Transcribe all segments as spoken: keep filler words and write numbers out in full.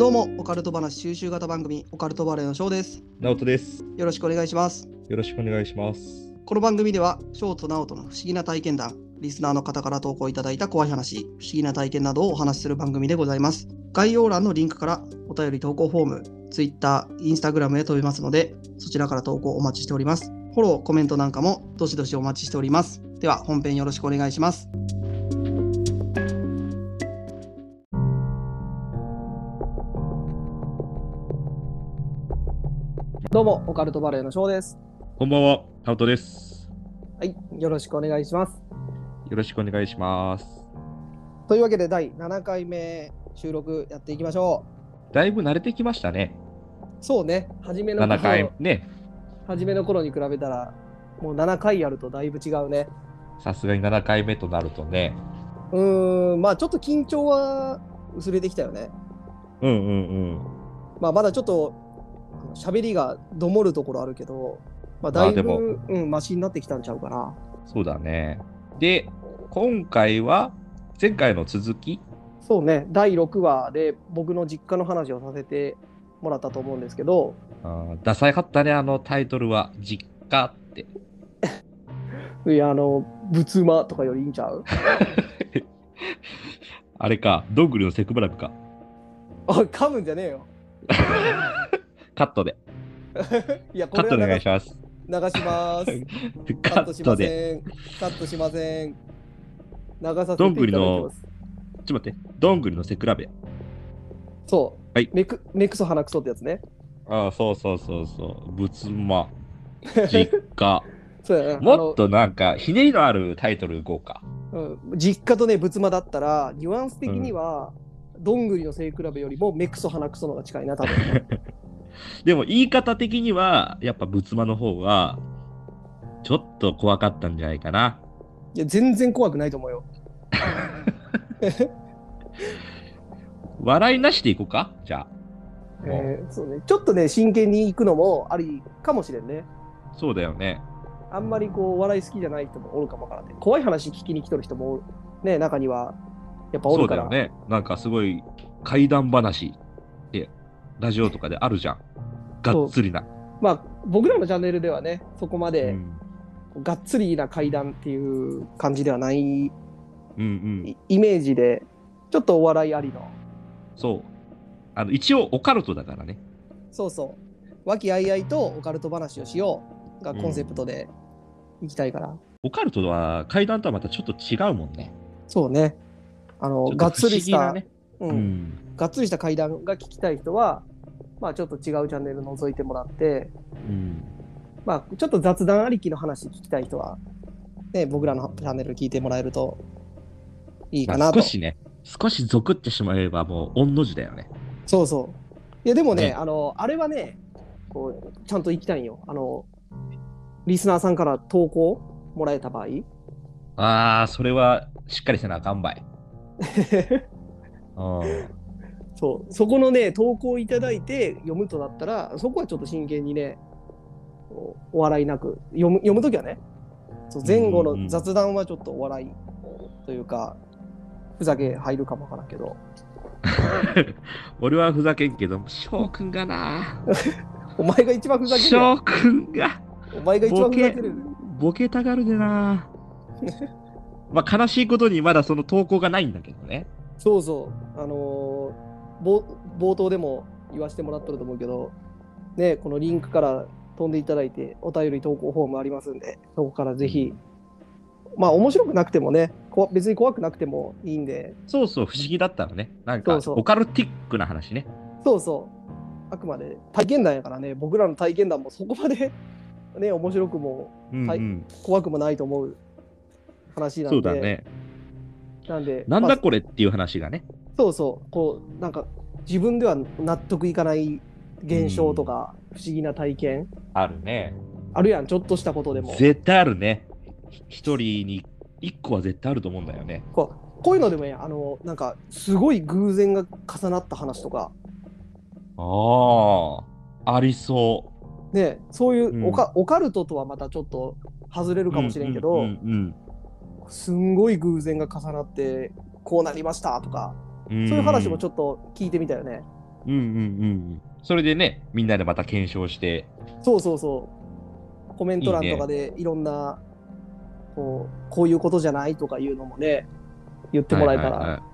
どうもオカルト話収集型番組オカルトバレーのショーです。 ナオトです。 よろしくお願いします。 よろしくお願いします。 この番組ではショーとナオトの不思議な体験談、リスナーの方から投稿いただいた怖い話、不思議な体験などをお話しする番組でございます。概要欄のリンクからお便り投稿フォーム、Twitter、Instagram へ飛べますので、そちらから投稿お待ちしております。フォロー、コメントなんかもどしどしお待ちしております。では本編よろしくお願いします。どうもオカルトバレーのショーです。 こんばんは、ナオトです。 はい、よろしくお願いします。 よろしくお願いします。 というわけでだいななかいめ収録やっていきましょう。だいぶ慣れてきましたね。 そうね、初めの頃ななかいね。 初めの頃に比べたらもうななかいやるとだいぶ違うね。 さすがにななかいめとなるとね。 うーん、まあちょっと緊張は薄れてきたよね。 うんうんうん。 まあまだちょっと喋りがどもるところあるけど、まあだいぶ、まあ、うん、マシになってきたんちゃうかな。 そうだね。で、今回は前回の続き？ そうね、だいろくわで僕の実家の話をさせてもらったと思うんですけど、 あ、ダサいかったね、あのタイトルは実家っていや、あの仏間とかよりいいんちゃうあれか、どんぐりのセクブラムか。 あ、噛むんじゃねえよカットでいや、これはカットお願いします。 流しますカットしません。カットしません。流させていただきます。 どんぐりの、ちょっと待って、どんぐりの背比べ。 そう。 はい。 目く、目くそ鼻くそってやつね。 ああ、そうそうそうそう。仏間。実家。 そうやな。 もっとなんか、ひねりのあるタイトルいこうか。 うん、実家とね、仏間だったら、ニュアンス的には、うん、どんぐりの背比べよりも目くそ鼻くそのが近いな、多分。 でも言い方的にはやっぱ仏間の方がちょっと怖かったんじゃないかな。 いや全然怖くないと思うよ笑いなしでいこうかじゃあ、 えーそうね、ちょっとね真剣に行くのもありかもしれんね。 そうだよね。 あんまりこう笑い好きじゃない人もおるかもわからない。怖い話聞きに来とる人もね中にはやっぱおるから。 そうだよね。なんかすごい怪談話ってラジオとかであるじゃん。がっつりな。 まあ僕らのチャンネルではねそこまで、うん、がっつりな怪談っていう感じではない、うんうん、イメージでちょっとお笑いありの。 そうあの一応オカルトだからね。 そうそう和気あいあいとオカルト話をしようがコンセプトでいきたいから、うん、 オカルトは怪談とはまたちょっと違うもんね。 そうね、あのがっつりした、 ね、 うんうん、がっつりした怪談が聞きたい人はまあちょっと違うチャンネル覗いてもらって、うん、まあちょっと雑談ありきの話聞きたい人はね僕らのチャンネル聞いてもらえるといいかなと、 まあ、少しね少しゾクってしまえばもう御の字だよね。 そうそう。いやでもね、ねあのあれはねこうちゃんと行きたいんよ。あのリスナーさんから投稿もらえた場合、 ああそれはしっかりせなあかんばいうんそうそこのね投稿いただいて読むとなったらそこはちょっと真剣にねお笑いなく読む読むときはねそう前後の雑談はちょっとお笑いというか、うんうん、ふざけ入るかもわからんけど俺はふざけんけど翔くんがなお前が一番ふざける翔くんがお前が一番ふざけるボケたがるでなまあ悲しいことにまだその投稿がないんだけどね。 そうそうあのー、冒頭でも言わせてもらったと思うけどねこのリンクから飛んでいただいてお便り投稿フォームありますんでそこからぜひ、うん、まあ面白くなくてもね別に怖くなくてもいいんでそうそう不思議だったらねなんかオカルティックな話ねそうそうあくまで体験談やからね僕らの体験談もそこまでね面白くも、うんうん、怖くもないと思う話なんでそうだねなんでなんだこれっていう話がね、 まあ、そうそうこうなんか自分では納得いかない現象とか、うん、不思議な体験あるねあるやんちょっとしたことでも絶対あるね一人に一個は絶対あると思うんだよねこう、こういうのでもやあのなんかすごい偶然が重なった話とかああありそうねそういうオカ、うん、オカルトとはまたちょっと外れるかもしれんけど、うんうんうんうんすんごい偶然が重なってこうなりましたとか、うん、そういう話もちょっと聞いてみたよね。 うんうんうん。それでね、みんなでまた検証して。 そうそうそう。コメント欄とかでいろんな、こう、こういうことじゃないとかいうのもね、言ってもらえたら。はい、はい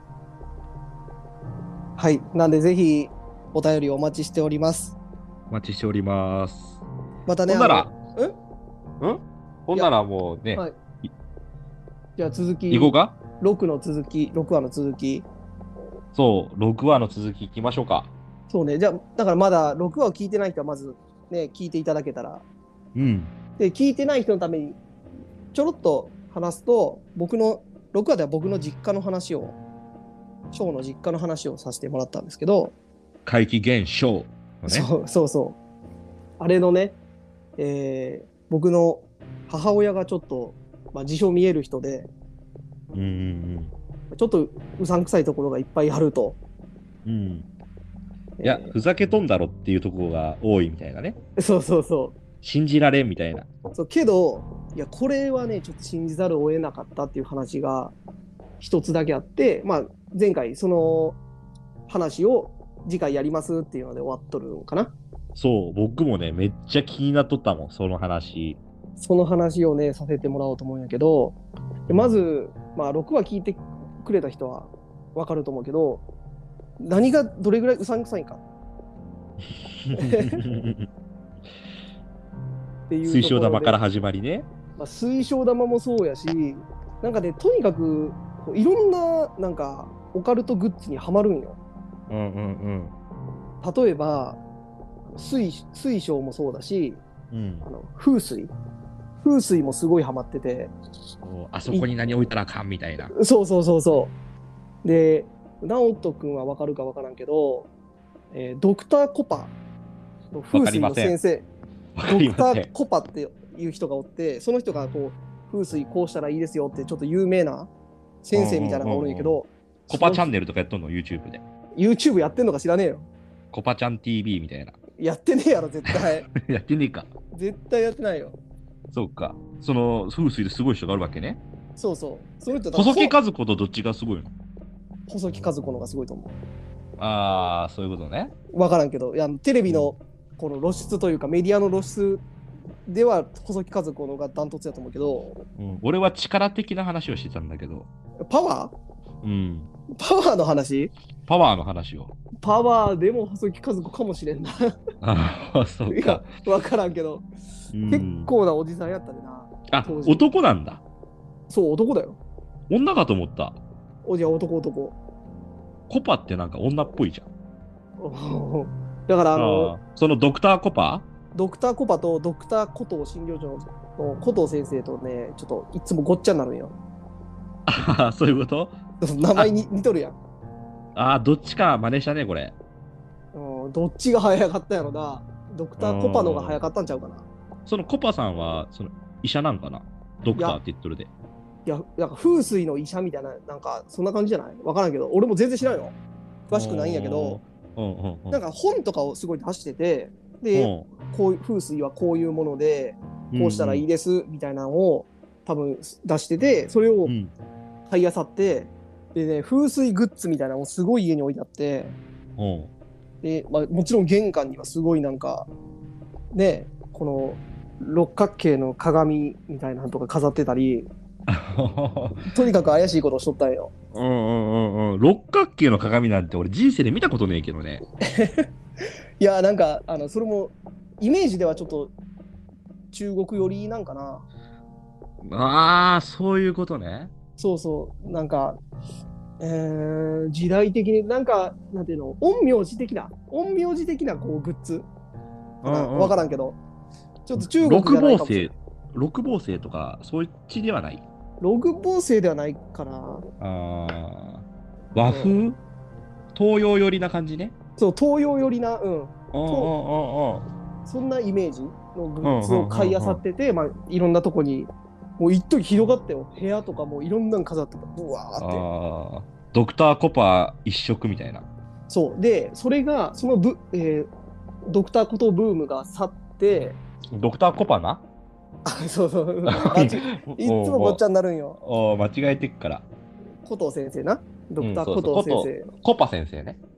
はい、なんでぜひお便りお待ちしております。 お待ちしております。 またね、 ほんなら、 うんんほんならもうね。はい、 じゃあ続き、 いこうか ? ろく の続き、ろくわの続き。 そう、ろくわの続きいきましょうか。 そうね、じゃあ、だからまだろくわを聞いてない人はまずね、聞いていただけたら。 うん。 で、聞いてない人のために、ちょろっと話すと、僕の、ろくわでは僕の実家の話を、ショーの実家の話をさせてもらったんですけど、 怪奇現象、 ね、そうそうそう。あれのね、えー、僕の母親がちょっと、まあ、自称見える人で、 うんうんうん、 ちょっとうさんくさいところがいっぱいあると。 うん、いや、えー、ふざけとんだろっていうところが多いみたいなね。 そうそうそう。 信じられんみたいな。 そうけど、いや、これはね、ちょっと信じざるを得なかったっていう話が一つだけあって、まあ、前回その話を次回やりますっていうので終わっとるのかな。 そう、僕もね、めっちゃ気になっとったもん、その話。 その話をね、させてもらおうと思うんやけど、まず、まあ、ろくわ聞いてくれた人は分かると思うけど、何がどれぐらいうさんくさいか。 っていう水晶玉から始まりね。 まあ、水晶玉もそうやし、なんかね、とにかくいろんななんかオカルトグッズにはまるんよ。 うんうんうん、 例えば水、水晶もそうだし、うん、あの風水風水もすごいハマってて、 あそこに何置いたらあかんみたいな。 そうそうそうそう。で、直人君は分かるか分からんけど、えー、ドクターコパの風水の先生、ドクターコパっていう人がおって、その人がこう風水こうしたらいいですよってちょっと有名な先生みたいなのがおるんやけど、 コパチャンネルとかやっとんの YouTube で。 YouTube やってんのか知らねえよ。 コパちゃん ティーブイ みたいな。 やってねえやろ絶対。 やってねえか。 絶対やってないよ。 そうか。その風水ですごい人があるわけね。 そうそう。その人細木数子とどっちがすごいの？ 細木数子のがすごいと思う。 ああ、そういうことね。 分からんけど、いやテレビのこの露出というかメディアの露出では細木数子のがダントツやと思うけど、 うん、俺は力的な話をしてたんだけど。 パワー？うん。 パワーの話？ パワーの話を。 パワーでも細木数子かもしれんな。 ああ、そうか。いや、 分からんけど、うん、結構なおじさんやったでな。 あ、男なんだ。 そう、男だよ。 女かと思った。 おじゃ男男。 コパってなんか女っぽいじゃん。 だからあのあ、そのドクターコパ？ ドクターコパとドクターコトー診療所のコトー先生とね、ちょっといつもごっちゃになるんよ。 ああ、そういうこと？ 名前に似とるやん。 ああ、どっちか真似したね、これ。 うん、どっちが早かったやろな。ドクターコパのが早かったんちゃうかな。 そのコパさんはその医者なんかな？ドクターって言っとるで。 いや、なんか風水の医者みたいな、なんかそんな感じじゃない？わからんけど、俺も全然知らんよ。詳しくないんやけど、なんか本とかをすごい出してて、で、こういう風水はこういうもので、こうしたらいいですみたいなのを多分出してて、それを買い漁って、でね、風水グッズみたいなのをすごい家に置いてあって、で、まあ、もちろん玄関にはすごいなんか、ね、この六角形の鏡みたいなのとか飾ってたり、とにかく怪しいことをしとったんよ。 うんうんうんうん。六角形の鏡なんて俺人生で見たことねえけどね。 いや、なんかあのそれもイメージではちょっと中国寄りなんかな。 ああ、そういうことね。 そうそう、なんか、えー、時代的になんかなんていうの、陰陽師的な陰陽師的なこうグッズかな、分からんけど、ちょっと中国じゃないかもしれない。 六芒星とかそういう地ではない。 六芒星ではないかな。 あ和風、うん、東洋寄りな感じね。 そう、東洋寄りな、うん。 そんなイメージのグッズを買い漁ってて、まあ、いろんなとこに、もう一時広がったよ。部屋とかもいろんなの飾ってた。うわーって。 ドクターコパ一色みたいな。そう。 で、それが、そのブ、えー、ドクターコトブームが去って、 ドクターコパなそうそう。いつもごっちゃになるんよ。 おお間違えてっから。 コト先生な。ドクターコト先生、 うん、そうそうコパ先生ね。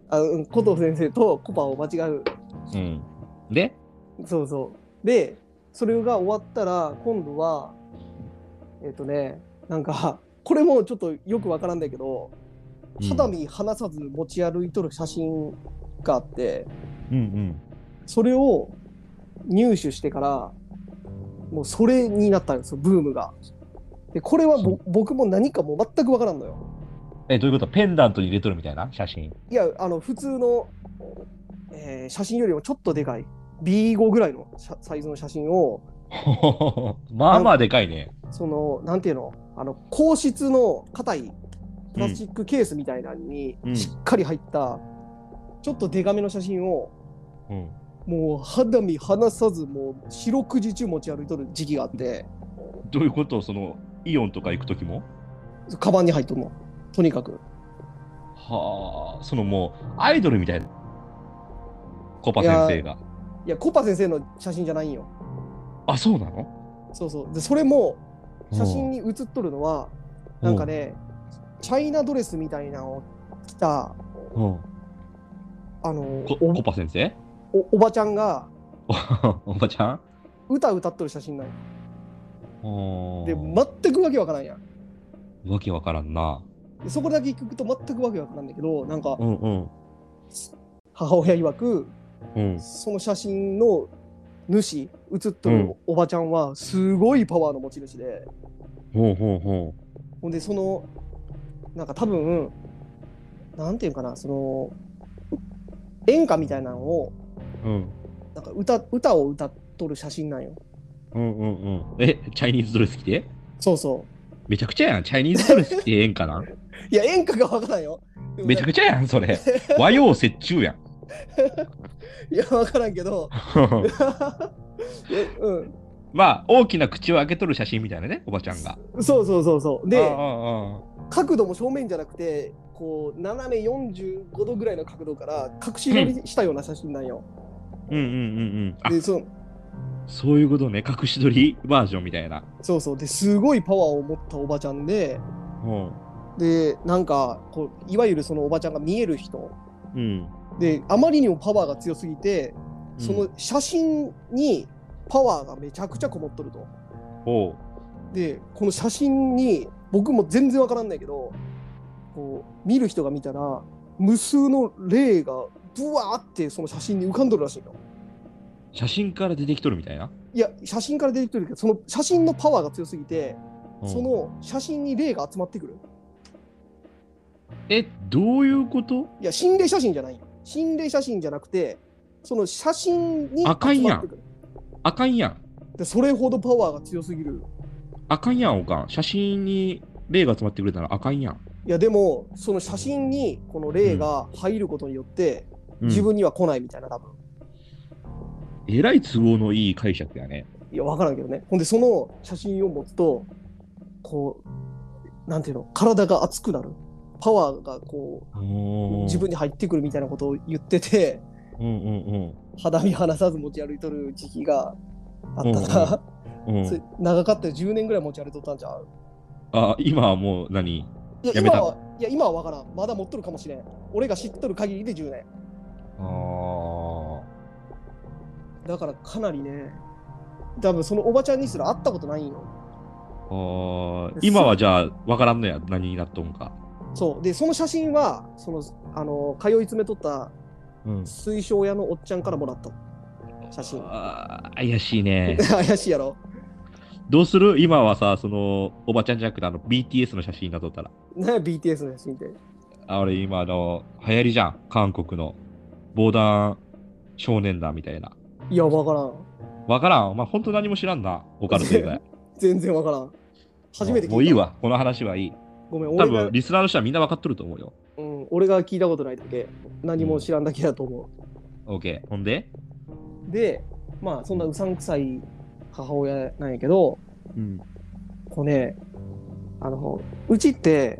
あうんコトー先生とコパを間違う。 うん。でそうそう。で、それが終わったら、今度は、えっとね、なんか、これもちょっとよくわからんだけど、 うん肌身離さず持ち歩いとる写真があって、 うんうん。 それを入手してから、もうそれになったんですよ、ブームが。で、これはぼ僕も何かもう全くわからんのよ。 え、どういうこと？ペンダントに入れとるみたいな写真。 いや、あの、普通の、えー写真よりもちょっとでかい、ビーファイブ ぐらいのサイズの写真を、 まあまあでかいね。 その、なんていうの、あの、硬質の硬いプラスチックケースみたいなのにしっかり入った、ちょっとデカめの写真を、 うん、 もう肌身離さず、もう四六時中持ち歩いとる時期があって。 どういうこと？その、イオンとか行くときもカバンに入っとるの。とにかく。 はあ、そのもう、アイドルみたいな。コパ先生が。 いや、コパ先生の写真じゃないんよ。 あ、そうなの？ そうそう。で、それも、写真に写っとるのは、なんかね、チャイナドレスみたいなのを着た、 うん、 あのココパ先生お、おばちゃんが、 おばちゃん歌歌っとる写真なんよ。で、全くわけわからんやん。 わけわからんな。 でそこだけ聞くと全くわけわからんだけど、なんか、 うんうん、 母親曰く、 うん、 その写真の主、写っとるおばちゃんは、すごいパワーの持ち主で、 ほうほうほう。 ほんで、その、なんか多分、なんていうかな、その、演歌みたいなのを、 うん、 なんか歌、歌を歌っとる写真なんよ。 うんうんうん。え、チャイニーズドレス着て？ そうそう。 めちゃくちゃやん。チャイニーズドレス着て演歌なん？ いや、演歌がわからんよ。 めちゃくちゃやん、それ。和洋折衷やん。 いや、わからんけど。えうん、 まあ、大きな口を開けとる写真みたいなね、おばちゃんが。 そうそうそうそう。で、 ああああ角度も正面じゃなくて、こう、斜めよんじゅうごどぐらいの角度から隠し撮りしたような写真なんよ。 うんうんうんうん。 で、そそういうことね、隠し撮りバージョンみたいな。 そうそう。で、すごいパワーを持ったおばちゃんで、 うん、 で、なんかこう、いわゆるそのおばちゃんが見える人。 うん、 で、あまりにもパワーが強すぎて、その写真にパワーがめちゃくちゃこもっとると。 おうで、この写真に、僕も全然わからんないけど、こう見る人が見たら、無数の霊がブワーってその写真に浮かんどるらしいの。 写真から出てきとるみたいな。 いや、写真から出てきてるけど、その写真のパワーが強すぎて、 うん、 その写真に霊が集まってくる。 え、どういうこと？ いや、心霊写真じゃないよ。心霊写真じゃなくて、その写真に集まあかんやんってくる。 あかんやん。 で、それほどパワーが強すぎる。 あかんやん、おかん。写真に霊が集まってくれたらあかんやん。 いや、でも、その写真にこの霊が入ることによって、 うん、 自分には来ないみたいな、多分。 えらい都合のいい解釈やね。 いや、わからんけどね。ほんで、その写真を持つと、こう、なんていうの、体が熱くなる。パワーがこう、自分に入ってくるみたいなことを言ってて、 うんうんうん、肌身離さず持ち歩いとる時期があったな。うんうんうん、長かったよ、じゅうねんぐらい持ち歩いとったんちゃう？ あ、今はもう何？ いや、今は、いや、今はわからん。まだ持っとるかもしれん。俺が知っとる限りでじゅうねん。 あだからかなりね、多分そのおばちゃんにすら会ったことないんよ。 あ今はじゃあ分からんのや、何になっとんか。 そうで、その写真はそのあの通い詰めとった水晶屋のおっちゃんからもらった写真。 あ怪しいね。 怪しいやろ。 どうする？今はさ、そのおばちゃんじゃなくてあの ビーティーエス の写真になっとったら。 ね ビーティーエス の写真って。 あれ今あの流行りじゃん、韓国の防弾少年団みたいな。 いや、わからん。 わからん。まあ、本当何も知らんな、オカルト以外。 全然わからん。初めて聞いた。 もういいわ、この話はいい。 ごめん、 多分リスナーの人はみんな分かっとると思うよ。 うん、俺が聞いたことないだけ、何も知らんだけだと思う。うん、OK。ほんでで、まあ、そんなうさんくさい母親なんやけど、うん、こうね、あの、うちって、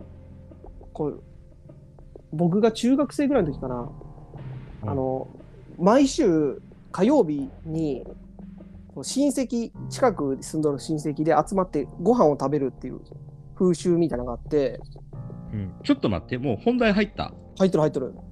こう、僕が中学生ぐらいの時かな、うん、あの、毎週火曜日に、親戚、近くに住んどる親戚で集まってご飯を食べるっていう風習みたいなのがあって、 うん、ちょっと待って、もう本題入った？ 入ってる入ってる。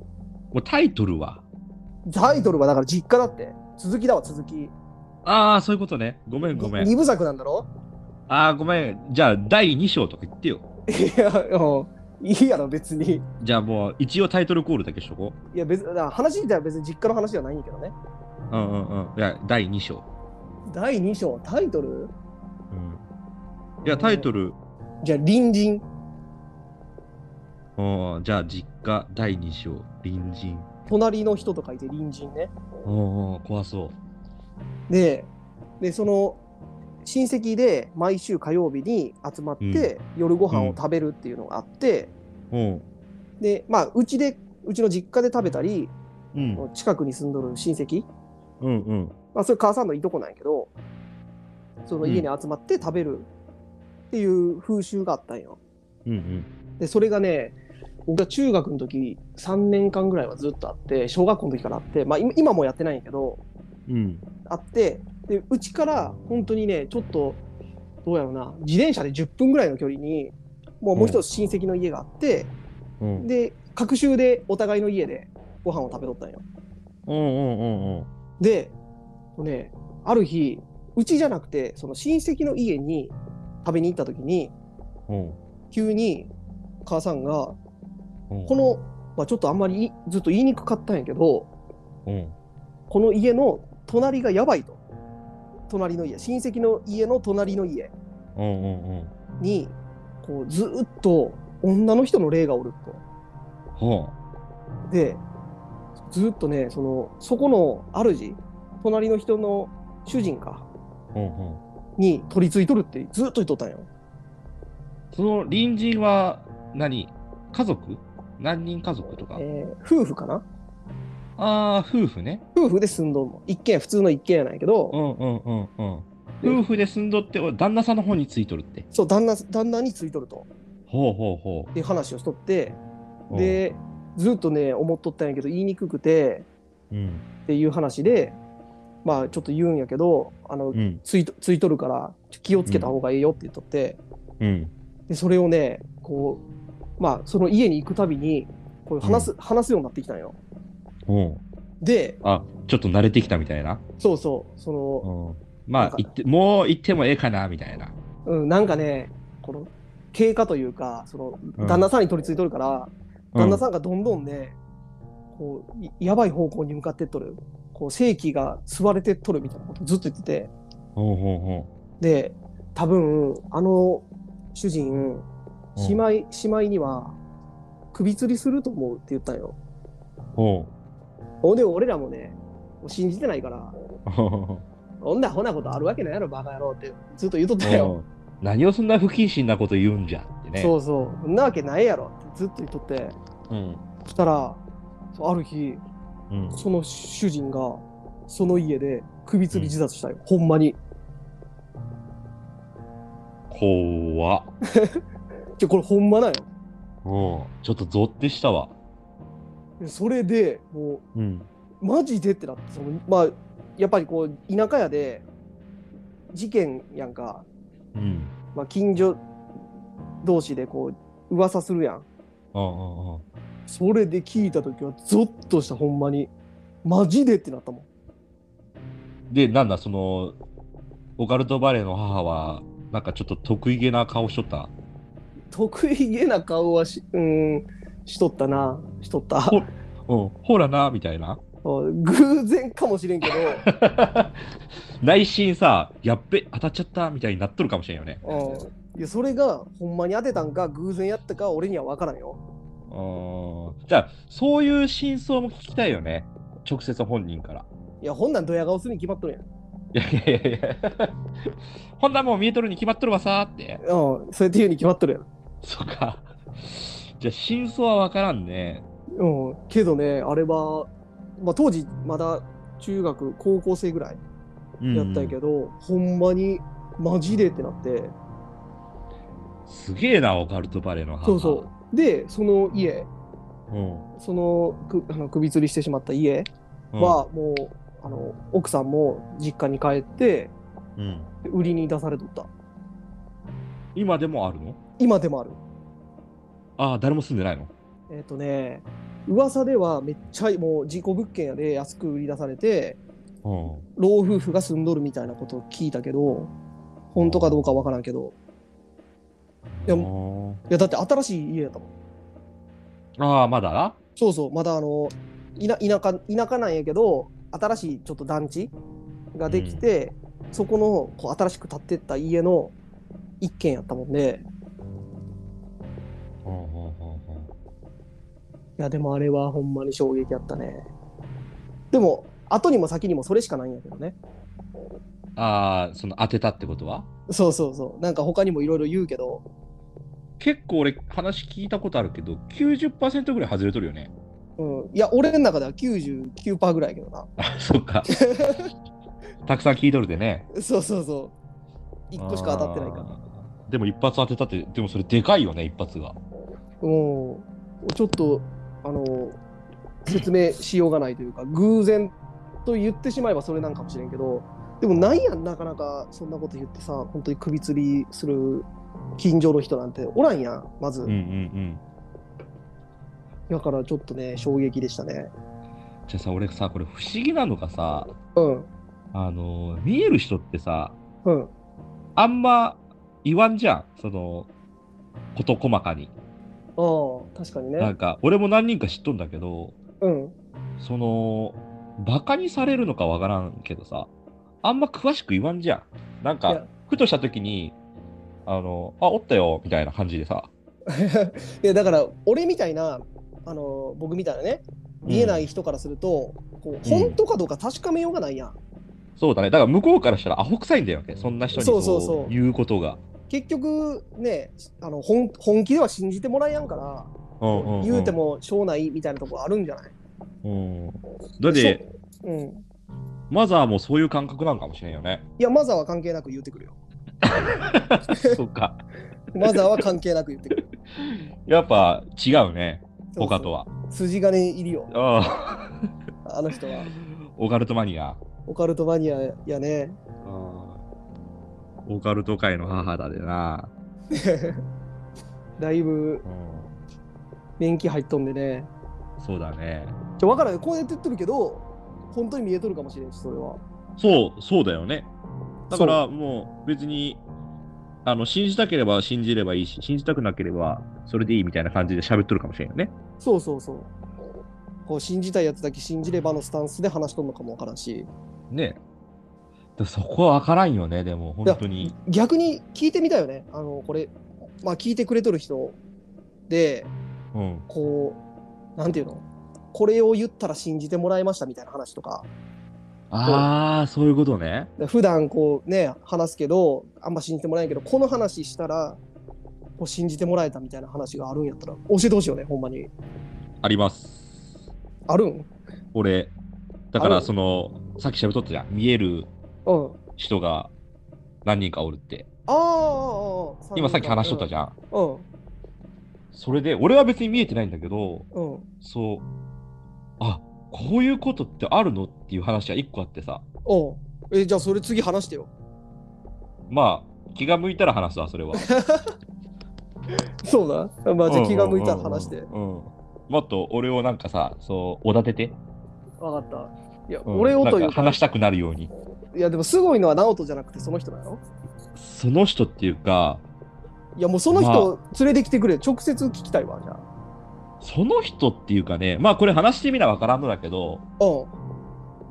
もうタイトルはタイトルはだから実家だって。続きだわ、続き。 ああ、そういうことね。ごめんごめん。 二部作なんだろ。 ああ、ごめん。じゃあ、だいに章とか言ってよ。 いや、うんいいやろ、別に。 じゃあもう、一応タイトルコールだけしとこいや、別だから話自体は別に実家の話じゃないんだけどね。 う。うんうんうん。いや、だいに章。 だいに章、タイトル。 うん。いや、タイトル。 じゃあ、隣人。 うん、じゃあ、実家、だいに章、隣人。 隣の人と書いて隣人ね。 おお、怖そで、で、その、親戚で毎週火曜日に集まって夜ご飯を食べるっていうのがあって、 う。うん。 で、まあ、うちで、うちの実家で食べたり、 うん。 近くに住んどる親戚、 うんうん。 まあ、それ母さんのいとこなんやけど、その家に集まって食べるっていう風習があったんよ。 うんうん。 で、それがね、僕が中学の時さんねんかんぐらいはずっとあって、小学校の時からあって、まあ今今もやってないんやけど、 うん。 あって、で、うちから本当にね、ちょっと、どうやろうな、自転車でじゅっぷんぐらいの距離に、もうもう一つ親戚の家があって、 うん。 で、隔週でお互いの家でご飯を食べとったんよ。 うんうんうんうん。 で、こうね、ある日、うちじゃなくて、その親戚の家に食べに行った時に、 うん。 急に母さんが、 うん。 この、まあ、ちょっとあんまりいずっと言いにくかったんやけど、 うん。 この家の隣がやばいと。隣の家、親戚の家の隣の家うんうんうん。 に、こうずーっと女の人の霊がおると。 ほで、ずーっとね、その、そこの主、隣の人の主人か、 う。うんうん。 に取り付いとるってずーっと言っとったんよ。 その隣人は何家族何人家族とか、 えー夫婦かな。 ああ、夫婦ね。 夫婦で住んどんの。一軒家、普通の一軒家なんやけど、 うんうんうんうん。夫婦で住んどって、旦那さんの方についとるって。 そう、旦那、旦那についとると。 ほうほうほっていう話をしとって、 う。 で、ずっとね、思っとったんやけど、言いにくくて、 うん。 っていう話で、まあ、ちょっと言うんやけど、あの、 うん。 ついと、ついとるから、気をつけた方がいいよって言っとって、 うん。 で、それをね、こう、まあ、その家に行くたびに、こう話す、話すようになってきたんよ。 うん。 で、 あ、ちょっと慣れてきたみたいな。 そうそう、そうの、 ん。まあ、 なんか行って、もう行ってもええかな、みたいな。 うん、なんかね、この、経過というか、その、 うん旦那さんに取り付いとるから、 うん旦那さんがどんどんね、こう、いやばい方向に向かってっとる。こう、正気が吸われてっとるみたいなことずっと言ってて、 ほうほうほで、多分、あの主人、 うんしまい、しまいには、首吊りすると思うって言ったんよ。 う。ほほんで、俺らもね、もう信じてないから、 う。ほほんなほなことあるわけないやろ、バカ野郎ってずっと言うとったよ。 う。何をそんな不謹慎なこと言うんじゃってね。 そうそう、そんなわけないやろってずっと言っとって、 うん。 そしたら、そうある日、 うん。 その主人が、その家で首吊り自殺したよ、ほんまに。 怖っ。 ちょ、これほんまなんよ。 うん。ちょっとゾってしたわ。 でそれでもうん。 う、マジでってなって、そのまあ、やっぱりこう、田舎やで、事件やんか、 うん。 まあ、近所同士でこう、噂するやん。 うんうんうん。 それで聞いたときは、ゾッとした、ほんまに。マジでってなったもん。 で、なんだ、その、オカルトバレーの母は、なんかちょっと得意げな顔しとった。 得意げな顔はし、うーん、しとったな。しとった。 ほうん、ほらな、みたいな。 偶然かもしれんけど、 内心さ、やっべ、当たっちゃったみたいになっとるかもしれんよね。 うん、いやそれがほんまに当てたんか偶然やったか俺には分からんよ。 うん。じゃあ、そういう真相も聞きたいよね。直接本人から。 いや、ほんなんドヤ顔するに決まっとるやん。 いやいやいやいや。ほんならもう見えとるに決まっとるわさーって。 うん、そうやって言うに決まっとるやん。 そっか。じゃあ、真相はわからんね。 うん、けどね、あれは、まあ、当時まだ中学、高校生ぐらいやったんやけど、うん、ほんまにマジでってなって。 すげえな、オカルトバレーの母。 そうそう。で、その家、 うん、 そのくあの首吊りしてしまった家は、うん、もうあの奥さんも実家に帰って、うん、売りに出されとった。 今でもあるの？ 今でもある。 ああ、誰も住んでないの？ えっとね、 噂ではめっちゃもう事故物件やで安く売り出されて、 うん、 老夫婦が住んどるみたいなことを聞いたけど、本当かどうかわからんけど、いや、いやだって新しい家やったもん。 ああ、まだな。 そうそう、まだあの田田舎田舎なんやけど、新しいちょっと団地ができて、うん、そこのこう新しく建ってった家の一軒やったもんで、 うんうんうんうん、 いやでもあれはほんまに衝撃やったね。でも後にも先にもそれしかないんやけどね。 ああ、その当てたってことは？ そうそうそう、なんか他にもいろいろ言うけど、 結構俺話聞いたことあるけど きゅうじゅっパーセント ぐらい外れとるよね。 うん、いや俺の中では きゅうじゅうきゅうパーセント ぐらいやけどな。 あ、そっか。たくさん聞いとるでね。 そうそうそう、いっこしか当たってないから。 でも一発当てたって、でもそれでかいよね、一発が。 うん、ちょっとあの説明しようがないというか、偶然と言ってしまえばそれなんかもしれんけど、でもないやん、なかなかそんなこと言ってさ、本当に首吊りする近所の人なんておらんやん、まず。 うんうんうん。 だからちょっとね、衝撃でしたね。 じゃあさ、俺さ、これ不思議なのがさ、 うん。 あの、見える人ってさ、 うん。 あんま言わんじゃん、その、事細かに。 ああ、確かにね。 なんか、俺も何人か知っとんだけど、 うん。 その、バカにされるのかわからんけどさ、あんま詳しく言わんじゃん。なんか、ふとした時に、あの、あ、おったよ、みたいな感じでさ。 いや、だから、俺みたいな、あの、僕みたいなね、見えない人からすると、うん、こう本当かどうか確かめようがないやん。 そうだね。だから向こうからしたらアホ臭いんだよね。そんな人にそう言うことが。 結局ね、あの 本, 本気では信じてもらえやんから、うんうんうん、言うてもしょうないみたいなところあるんじゃない？ うん、だって、うん、マザーもそういう感覚なんかもしれんよね。 いや、マザーは関係なく言ってくるよ。 そうか。 マザーは関係なく言ってくる。 やっぱ違うね、他とは。 筋金いるよ。 あ, あの人は。 オカルトマニア。 オカルトマニアやね。 オカルト界の母だでな。 だいぶ年季入っとんでね。 そうだね。 ちょ、わからない。こうやって言ってるけど、本当に見えとるかもしれんし、それは。 そう、そうだよね。だからもう別に、あの、信じたければ信じればいいし、信じたくなければそれでいいみたいな感じで喋っとるかもしれんよね。 そうそうそう。こう信じたいやつだけ信じればのスタンスで話しとんのかもわからんし。 ねえ。そこはわからんよね、でも本当に。 逆に聞いてみたよね。あの、これ、まあ聞いてくれとる人で、うん、こう、なんていうの？これを言ったら信じてもらえましたみたいな話とか。 ああ、そういうことね。 普段こうね、話すけど、あんま信じてもらえないけど、この話したら、こう信じてもらえたみたいな話があるんやったら、教えてほしいよね、ほんまに。 あります。 あるん？ 俺、だからその、さっきしゃべっとったじゃん。見える人が何人かおるって。 ああ、 今さっき話しとったじゃん。 うん。 それで、俺は別に見えてないんだけど、 うん、 そう、あ、こういうことってあるのっていう話が一個あってさ。 おう。え、じゃあそれ次話してよ。 まあ、気が向いたら話すわ、それは。 そうだ。まあ、じゃあ気が向いたら話して。 うん。もっと俺をなんかさ、そう、おだてて。 わかった。いや、うん、俺をというか。 話したくなるように。 いや、でもすごいのは直人じゃなくてその人なの？ その人っていうか、 いや、もうその人連れてきてくれ。まあ、直接聞きたいわ、じゃあ。 その人っていうかね、まあこれ話してみなわからんのだけど、 うん。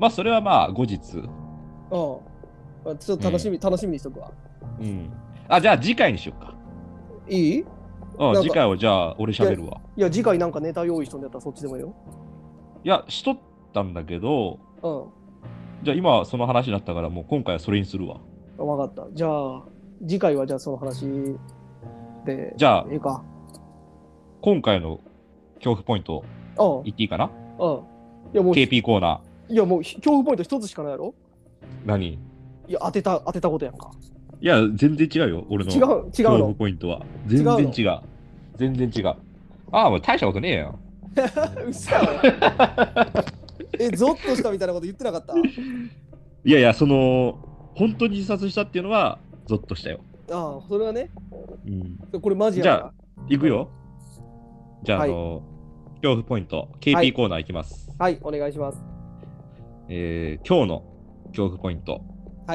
まあそれはまあ後日。うん。 ちょっと楽しみ、うん、楽しみにしとくわ。 うん。あ、じゃあ次回にしようか。 いい？ うん、次回はじゃあ俺喋るわ。 いや、次回なんかネタ用意しとんだったらそっちでもよ。 いや、しとったんだけど、 うん。 じゃあ今その話になったからもう今回はそれにするわ。 わかった。じゃあ、次回はじゃあその話で。 じゃあ、 いいか。 今回の恐怖ポイント言っていいかな？ うん。いやもうケーピー コーナー。いやもう恐怖ポイント一つしかないやろ？ 何？ いや当てた当てたことやんか。 いや全然違うよ、俺の違う違うの恐怖ポイントは。全然違う。全然違う。ああ、もう大したことねえよ。 うっさえ、ゾッとしたみたいなこと言ってなかった？いやいや、その本当に自殺したっていうのはゾッとしたよ。 ああ、それはね。 うん。 これマジやから。じゃあ行くよ。じゃあ、はい、あの恐怖ポイント、ケーピー コーナーいきます。 はい、お願いします。 えー、今日の恐怖ポイント。 はい。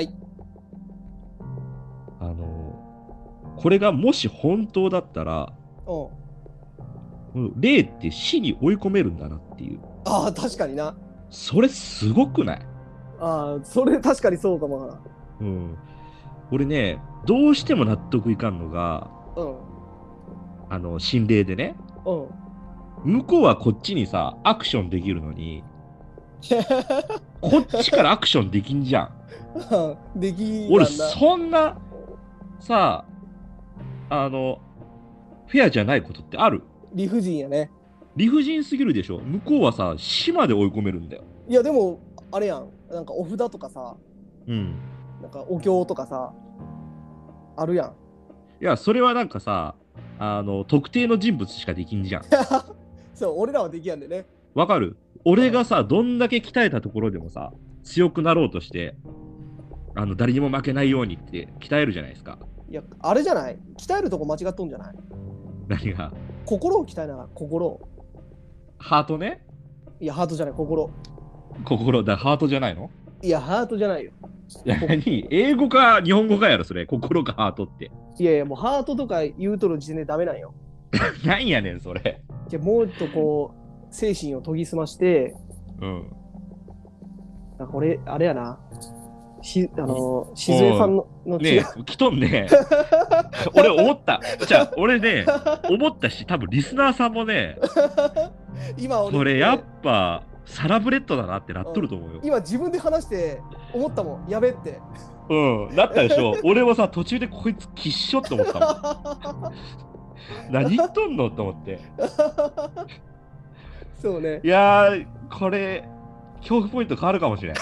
あのー、これがもし本当だったら、 おう霊って死に追い込めるんだなっていう。 ああ、確かにな。 それすごくない？ ああ、それ確かにそうかもな。 うん。俺ね、どうしても納得いかんのが、 うん。 あの、心霊でね、 うん。 向こうはこっちにさ、アクションできるのに、こっちからアクションできんじゃん。 でき俺、 んな。 そんな、さ、あの、フェアじゃないことってある？ 理不尽やね。 理不尽すぎるでしょ。向こうはさ、死まで追い込めるんだよ。 いや、でも、あれやん。なんかお札とかさ、 うん。 なんかお経とかさ、あるやん。 いや、それはなんかさ、あの、特定の人物しかできんじゃん。 そう、俺らはできやんでね。 わかる？俺がさ、どんだけ鍛えたところでもさ、強くなろうとして、あの、誰にも負けないようにって鍛えるじゃないですか。 いや、あれじゃない？鍛えるとこ間違っとんじゃない？ 何が？ 心を鍛えながら、心を。 ハートね。 いや、ハートじゃない、心。 心だ、ハートじゃないの？ いや、ハートじゃないよ。 いや、何？英語か日本語かやろ、それ。心かハートって。 いやいや、もうハートとか言うとる時点でダメなんよ。 なんやねん、それ。 じゃもうちょっとこう、精神を研ぎ澄まして、 うん。 なんか俺、あれやな。し、あの、しずえさんの、のねえ、来とんね。俺思った。じゃあ、俺ね、思ったし、多分リスナーさんもね、 今俺、 これやっぱ、サラブレッドだなってなっとると思うよ。 今自分で話して思ったもん、やべって。 うん、なったでしょ。俺もさ、途中でこいつきっしょって思ったもん。何言っとんのと思って。 そうね。 いやー、これ、恐怖ポイント変わるかもしれん。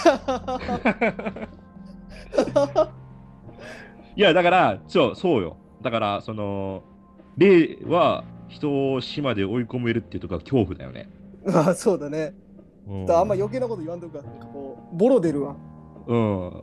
いや、だから、そう、そうよ。だから、その、霊は人を死まで追い込めるっていうところが恐怖だよね。 ああ、そうだね。 うん、 だあんま余計なこと言わんとくから、なんかこう、ボロ出るわ。 うん。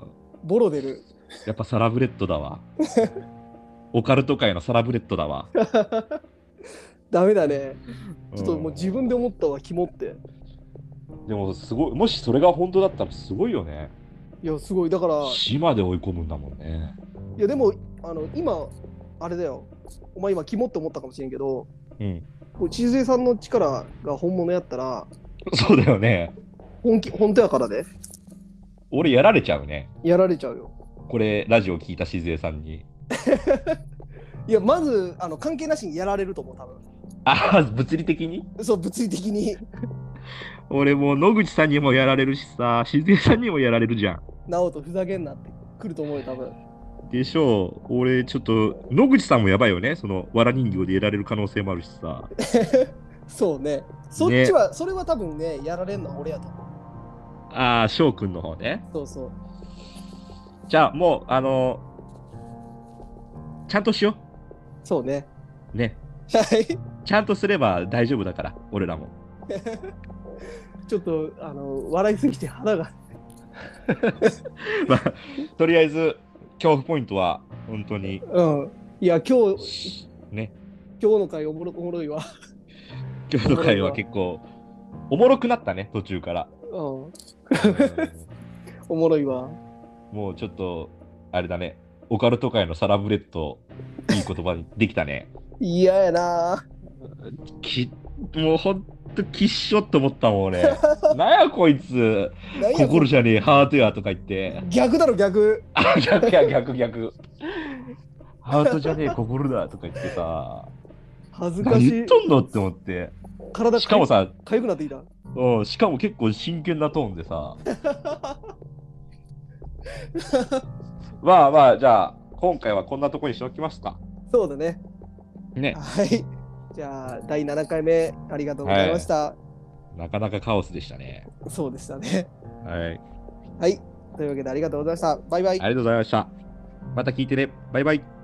ボロ出る。 やっぱサラブレッドだわ。オカルト界のサラブレッドだわ。 ダメだね。ちょっともう自分で思ったわ、肝って。 でもすごい、もしそれが本当だったらすごいよね。 いや、すごい。だから、 死まで追い込むんだもんね。 いや、でも、あの、今、あれだよ。お前今、肝って思ったかもしれんけど、 うん。 こう千鶴さんの力が本物やったら、 そうだよね。 本気、本当やからで。 俺やられちゃうね。 やられちゃうよ。 これ、ラジオ聞いたしずえさんに。 いや、まず、あの、関係なしにやられると思う、多分。 ああ、物理的に？ そう、物理的に。 俺もう野口さんにもやられるしさ、しずえさんにもやられるじゃん。 直人ふざけんなってくると思うよ、多分。 でしょう。俺、ちょっと、野口さんもやばいよね。その、わら人形でやられる可能性もあるしさ。 そうね。そっちは、ね、それは多分ね、やられんのは俺やと思う。 ああ、翔くんの方ね。 そうそう。 じゃあ、もう、あのー、ちゃんとしよう。 そうね。 ね。 はい。 ちゃんとすれば大丈夫だから、俺らも。 ちょっと、あの、笑いすぎて腹が。 まあ、とりあえず、恐怖ポイントは、本当に。 うん。いや、今日、 ね。 今日の回おもろおもろいわ。 今日の回は結構、おもろくなったね、途中から。 うん。おもろいわ。 もうちょっと、あれだね。オカルト界のサラブレッド、いい言葉にできたね。 嫌やなきもうほんときっしょって思ったもん俺。なんやこいつ、心じゃねえハートやとか言って。 逆だろ逆。 あ、逆や逆逆。ハートじゃねえ心だとか言ってさ。 恥ずかしい。 何言っとんのって思って。 体しかもさ、 かゆくなってきた。 うん、しかも結構真剣なトーンでさ。まあまあ、じゃあ、今回はこんなとこにしておきますか。 そうだね。 ね。 はい。じゃあ、だいななかいめ、ありがとうございました。はい、 なかなかカオスでしたね。 そうでしたね。 はい。 はい。というわけで、ありがとうございました。バイバイ。 ありがとうございました。また聞いてね。バイバイ。